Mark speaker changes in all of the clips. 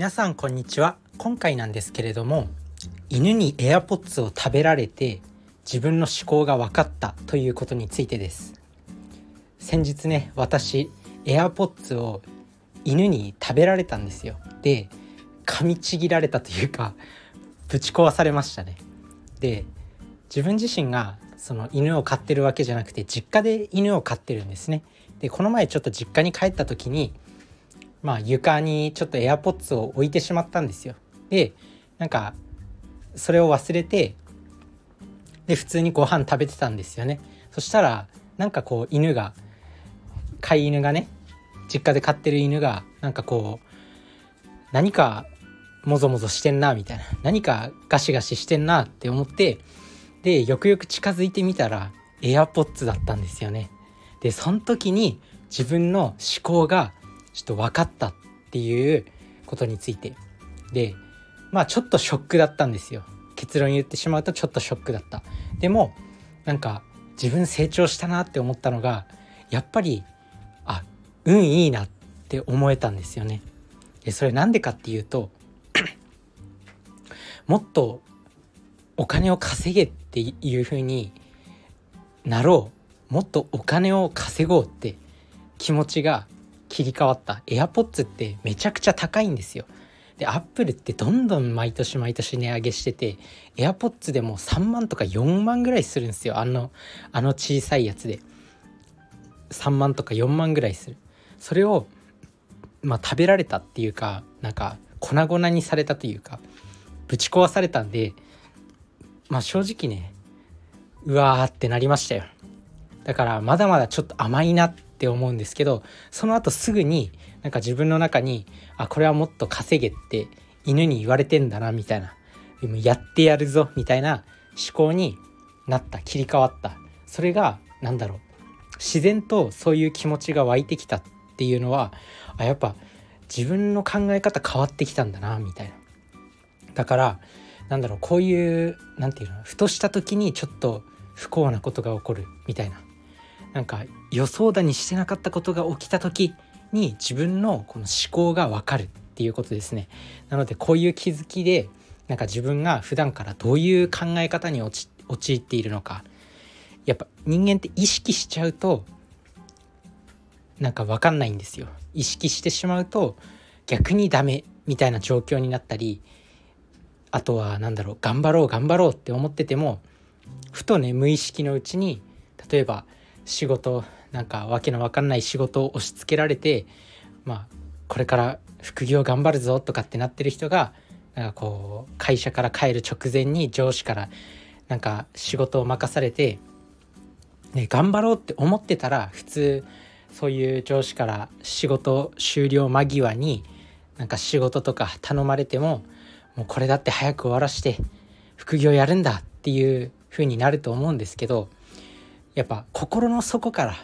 Speaker 1: 皆さんこんにちは。今回なんですけれども、犬に AirPods を食べられて自分の思考が分かったということについてです。先日ね、私 AirPods を犬に食べられたんですよ。で、噛みちぎられたというかぶち壊されましたね。で、自分自身がその犬を飼ってるわけじゃなくて実家で犬を飼ってるんですね。で、この前ちょっと実家に帰った時に床にちょっと AirPods を置いてしまったんですよ。で、それを忘れて、で普通にご飯食べてたんですよね。そしたら飼い犬がね、実家で飼ってる犬が何かもぞもぞしてんなみたいな、何かガシガシしてんなって思って、でよくよく近づいてみたら AirPods だったんですよね。でその時に自分の思考がちょっと分かったっていうことについてで、ちょっとショックだったんですよ。結論言ってしまうとちょっとショックだった。でも自分成長したなって思ったのが、やっぱり運いいなって思えたんですよね。でそれなんでかっていうともっとお金を稼げっていう風になろう、もっとお金を稼ごうって気持ちが切り替わった。 AirPods ってめちゃくちゃ高いんですよ。で Apple ってどんどん毎年毎年値上げしてて、 AirPods でも3万とか4万ぐらいするんですよ。あの小さいやつで3万とか4万ぐらいする。それを食べられたっていうか、粉々にされたというかぶち壊されたんで、正直ね、うわーってなりましたよ。だからまだまだちょっと甘いなって思うんですけど、その後すぐに自分の中にこれはもっと稼げって犬に言われてんだなみたいな、やってやるぞみたいな思考になった、切り替わった。それが自然とそういう気持ちが湧いてきたっていうのは、やっぱ自分の考え方変わってきたんだなみたいな。だからこういうふとした時にちょっと不幸なことが起こるみたいな、予想だにしてなかったことが起きた時に自分のこの思考が分かるっていうことですね。なのでこういう気づきで自分が普段からどういう考え方に陥っているのか、やっぱ人間って意識しちゃうと分かんないんですよ。意識してしまうと逆にダメみたいな状況になったり、あとは頑張ろうって思ってても、ふとね、無意識のうちに例えば仕事、わけのわかんない仕事を押し付けられて、これから副業頑張るぞとかってなってる人が会社から帰る直前に上司から仕事を任されて、頑張ろうって思ってたら、普通そういう上司から仕事終了間際に仕事とか頼まれても、もうこれだって早く終わらして副業やるんだっていう風になると思うんですけど、やっぱ心の底から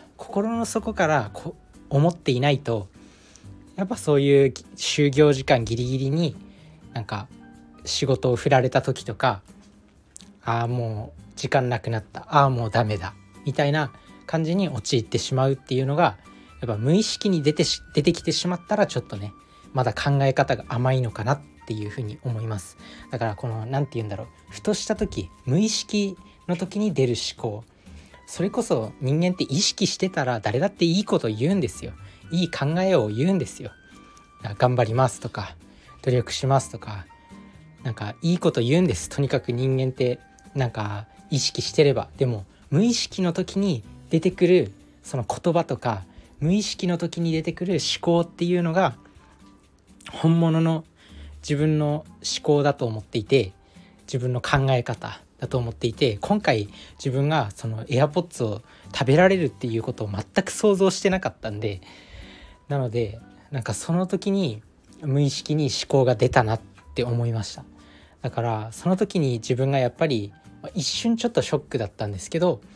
Speaker 1: 思っていないと、やっぱそういう就業時間ギリギリに仕事を振られた時とか、もう時間なくなった、もうダメだみたいな感じに陥ってしまうっていうのが、やっぱ無意識に出てきてしまったら、ちょっとね、まだ考え方が甘いのかなっていうふうに思います。だからこのふとした時、無意識の時に出る思考、それこそ人間って意識してたら誰だっていいこと言うんですよ。いい考えを言うんですよ。頑張りますとか努力しますとか、いいこと言うんです。とにかく人間って意識してれば。でも無意識の時に出てくるその言葉とか、無意識の時に出てくる思考っていうのが本物の自分の思考だと思っていて、自分の考え方だと思っていて、今回自分がその AirPods を食べられるっていうことを全く想像してなかったんで、なのでその時に無意識に思考が出たなって思いました。だからその時に自分がやっぱり一瞬ちょっとショックだったんですけど、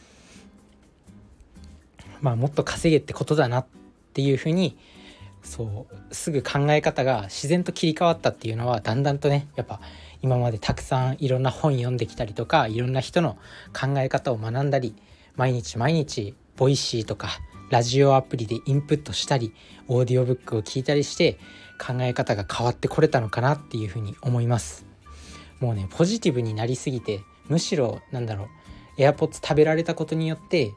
Speaker 1: もっと稼げってことだなっていうふうに、すぐ考え方が自然と切り替わったっていうのは、だんだんとね、やっぱ今までたくさんいろんな本読んできたりとか、いろんな人の考え方を学んだり、毎日ボイシーとかラジオアプリでインプットしたりオーディオブックを聞いたりして考え方が変わってこれたのかなっていうふうに思います。もうねポジティブになりすぎて、むしろAirPods 食べられたことによって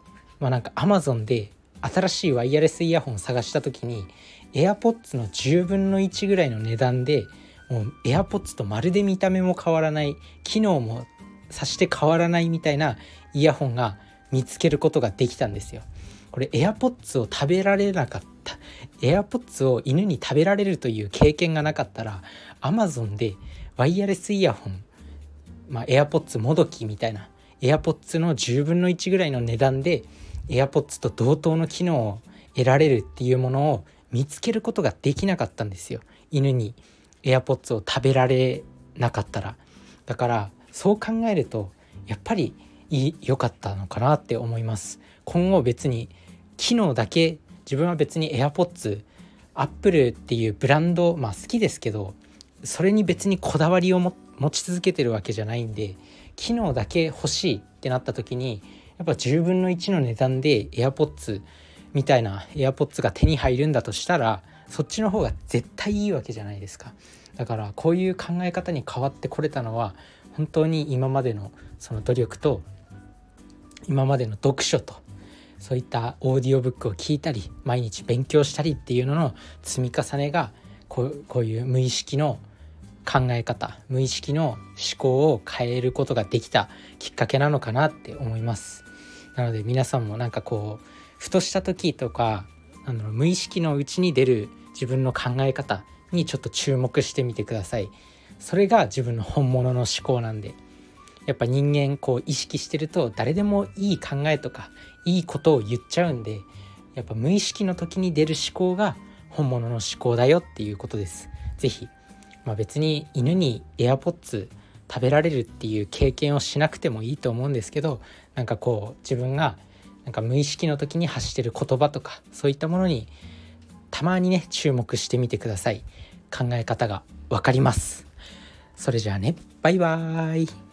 Speaker 1: 、Amazon で新しいワイヤレスイヤホンを探した時に AirPods の10分の1ぐらいの値段で、もう AirPods とまるで見た目も変わらない、機能もさして変わらないみたいなイヤホンが見つけることができたんですよ。これ AirPods を食べられなかった、 AirPods を犬に食べられるという経験がなかったら Amazon でワイヤレスイヤホン、AirPods もどきみたいな AirPods の10分の1ぐらいの値段で AirPods と同等の機能を得られるっていうものを見つけることができなかったんですよ、犬に AirPods を食べられなかったら。だからそう考えるとやっぱり良かったのかなって思います。今後別に機能だけ、自分は別に AirPods Apple っていうブランド、好きですけど、それに別にこだわりを持ち続けてるわけじゃないんで、機能だけ欲しいってなった時にやっぱ10分の1の値段で AirPods みたいな AirPods が手に入るんだとしたら、そっちの方が絶対いいわけじゃないですか。だからこういう考え方に変わってこれたのは本当に今までのその努力と今までの読書とそういったオーディオブックを聞いたり毎日勉強したりっていうのの積み重ねがこういう無意識の考え方、無意識の思考を変えることができたきっかけなのかなって思います。なので皆さんもふとした時とか無意識のうちに出る自分の考え方にちょっと注目してみてください。それが自分の本物の思考なんで、やっぱ人間意識してると誰でもいい考えとかいいことを言っちゃうんで、やっぱ無意識の時に出る思考が本物の思考だよっていうことです。ぜひ、別に犬に AirPods 食べられるっていう経験をしなくてもいいと思うんですけど、自分が無意識の時に発してる言葉とかそういったものにたまにね注目してみてください。考え方がわかります。それじゃあね、バイバーイ。